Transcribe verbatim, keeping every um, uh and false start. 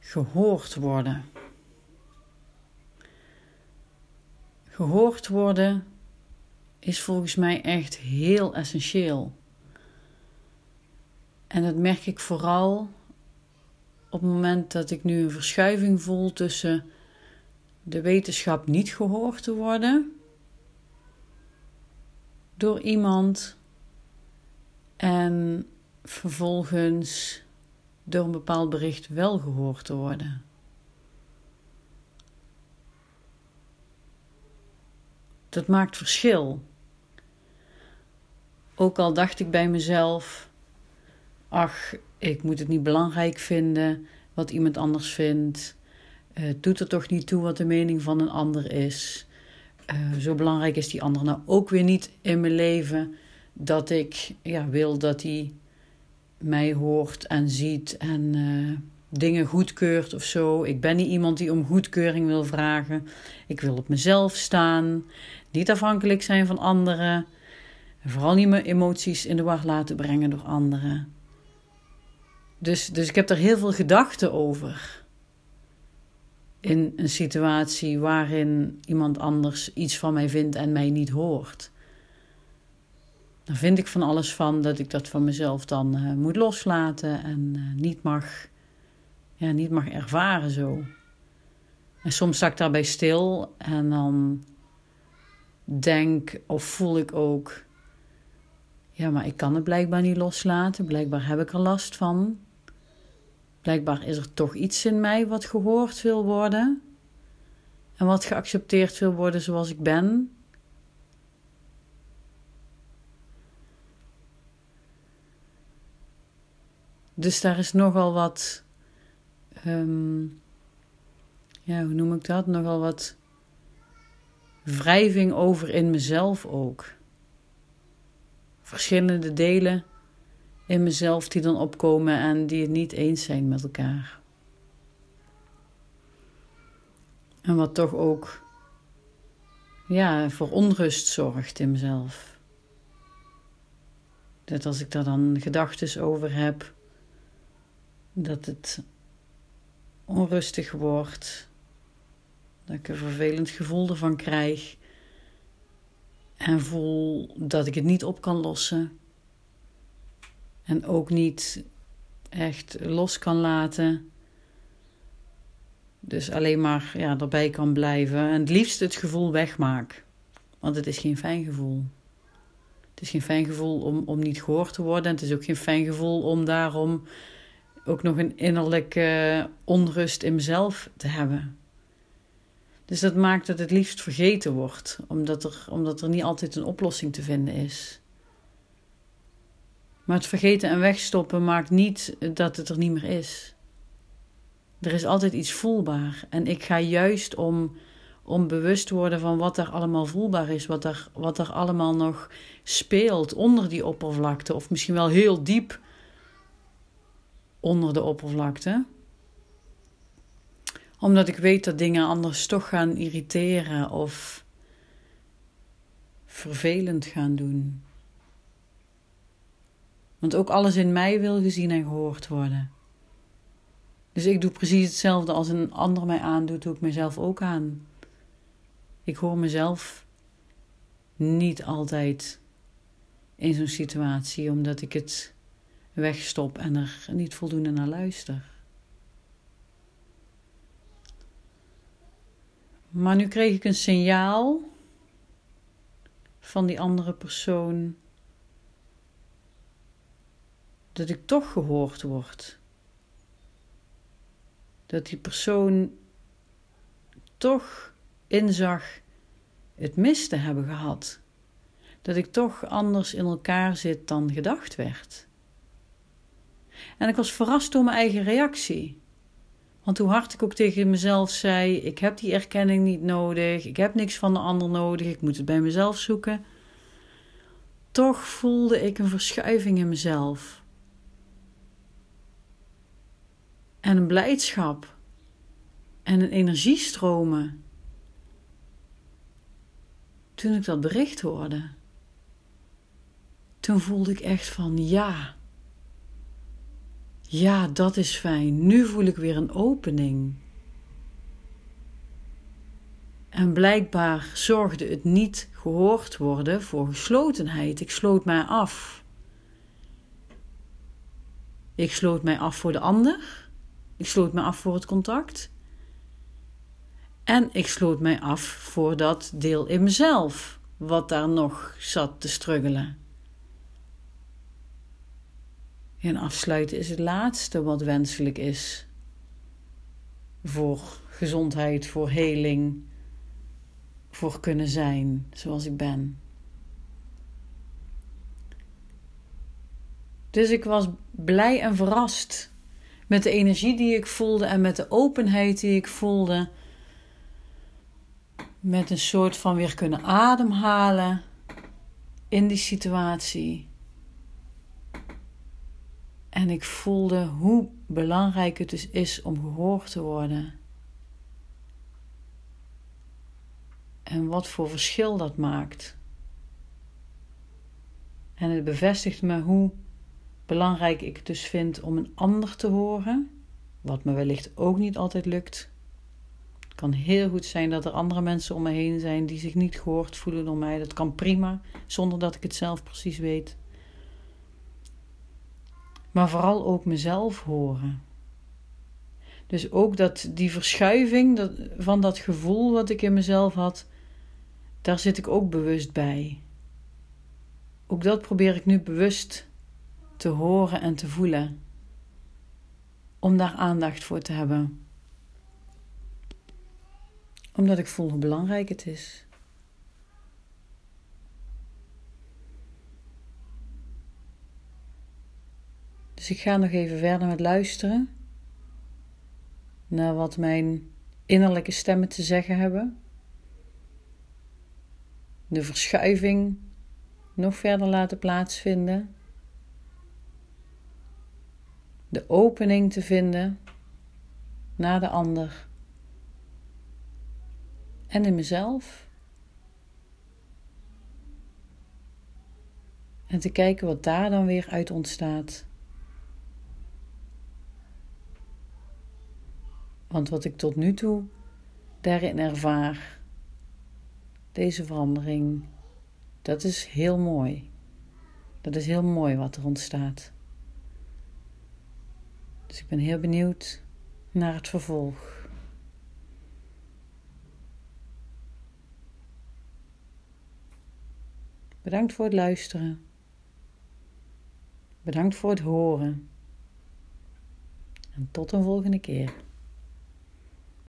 gehoord worden. Gehoord worden is volgens mij echt heel essentieel. En dat merk ik vooral op het moment dat ik nu een verschuiving voel tussen de wetenschap niet gehoord te worden door iemand en vervolgens door een bepaald bericht wel gehoord te worden. Dat maakt verschil. Ook al dacht ik bij mezelf, ach, ik moet het niet belangrijk vinden wat iemand anders vindt. Uh, het doet er toch niet toe wat de mening van een ander is. Uh, zo belangrijk is die ander nou ook weer niet in mijn leven, dat ik ja, wil dat hij mij hoort en ziet en uh, dingen goedkeurt of zo. Ik ben niet iemand die om goedkeuring wil vragen. Ik wil op mezelf staan, niet afhankelijk zijn van anderen. En vooral niet mijn emoties in de war laten brengen door anderen. Dus, dus ik heb er heel veel gedachten over. In een situatie waarin iemand anders iets van mij vindt en mij niet hoort. Dan vind ik van alles van dat ik dat van mezelf dan uh, moet loslaten en uh, niet mag, ja, niet mag ervaren zo. En soms sta ik daarbij stil en dan denk of voel ik ook, ja, maar ik kan het blijkbaar niet loslaten. Blijkbaar heb ik er last van. Blijkbaar is er toch iets in mij wat gehoord wil worden. En wat geaccepteerd wil worden zoals ik ben. Dus daar is nogal wat, um, ja, hoe noem ik dat? Nogal wat wrijving over in mezelf ook. Verschillende delen in mezelf die dan opkomen en die het niet eens zijn met elkaar. En wat toch ook, ja, voor onrust zorgt in mezelf. Dat als ik daar dan gedachten over heb, dat het onrustig wordt. Dat ik een vervelend gevoel ervan krijg. En voel dat ik het niet op kan lossen. En ook niet echt los kan laten. Dus alleen maar ja, erbij kan blijven. En het liefst het gevoel wegmaak. Want het is geen fijn gevoel. Het is geen fijn gevoel om, om niet gehoord te worden. En het is ook geen fijn gevoel om daarom ook nog een innerlijke onrust in mezelf te hebben. Dus dat maakt dat het liefst vergeten wordt. Omdat er, omdat er niet altijd een oplossing te vinden is. Maar het vergeten en wegstoppen maakt niet dat het er niet meer is. Er is altijd iets voelbaar. En ik ga juist om, om bewust worden van wat er allemaal voelbaar is. Wat er, wat er allemaal nog speelt onder die oppervlakte. Of misschien wel heel diep onder de oppervlakte. Omdat ik weet dat dingen anders toch gaan irriteren of vervelend gaan doen. Want ook alles in mij wil gezien en gehoord worden. Dus ik doe precies hetzelfde als een ander mij aandoet, doe ik mezelf ook aan. Ik hoor mezelf niet altijd in zo'n situatie, omdat ik het wegstop en er niet voldoende naar luister. Maar nu kreeg ik een signaal van die andere persoon dat ik toch gehoord word. Dat die persoon toch inzag het mis te hebben gehad. Dat ik toch anders in elkaar zit dan gedacht werd. En ik was verrast door mijn eigen reactie. Want hoe hard ik ook tegen mezelf zei, ik heb die erkenning niet nodig, ik heb niks van de ander nodig, ik moet het bij mezelf zoeken. Toch voelde ik een verschuiving in mezelf. En een blijdschap. En een energiestromen. Toen ik dat bericht hoorde. Toen voelde ik echt van ja. Ja, dat is fijn. Nu voel ik weer een opening. En blijkbaar zorgde het niet gehoord worden voor geslotenheid. Ik sloot mij af. Ik sloot mij af voor de ander. Ik sloot mij af voor het contact. En ik sloot mij af voor dat deel in mezelf, wat daar nog zat te struggelen. En afsluiten is het laatste wat wenselijk is. Voor gezondheid, voor heling, voor kunnen zijn zoals ik ben. Dus ik was blij en verrast met de energie die ik voelde en met de openheid die ik voelde. Met een soort van weer kunnen ademhalen in die situatie. En ik voelde hoe belangrijk het dus is om gehoord te worden. En wat voor verschil dat maakt. En het bevestigt me hoe belangrijk ik het dus vind om een ander te horen. Wat me wellicht ook niet altijd lukt. Het kan heel goed zijn dat er andere mensen om me heen zijn die zich niet gehoord voelen door mij. Dat kan prima, zonder dat ik het zelf precies weet. Maar vooral ook mezelf horen. Dus ook dat die verschuiving dat, van dat gevoel wat ik in mezelf had, daar zit ik ook bewust bij. Ook dat probeer ik nu bewust te horen en te voelen. Om daar aandacht voor te hebben. Omdat ik voel hoe belangrijk het is. Dus ik ga nog even verder met luisteren. Naar wat mijn innerlijke stemmen te zeggen hebben. De verschuiving nog verder laten plaatsvinden. De opening te vinden naar de ander. En in mezelf. En te kijken wat daar dan weer uit ontstaat. Want wat ik tot nu toe daarin ervaar, deze verandering, dat is heel mooi. Dat is heel mooi wat er ontstaat. Dus ik ben heel benieuwd naar het vervolg. Bedankt voor het luisteren. Bedankt voor het horen. En tot een volgende keer.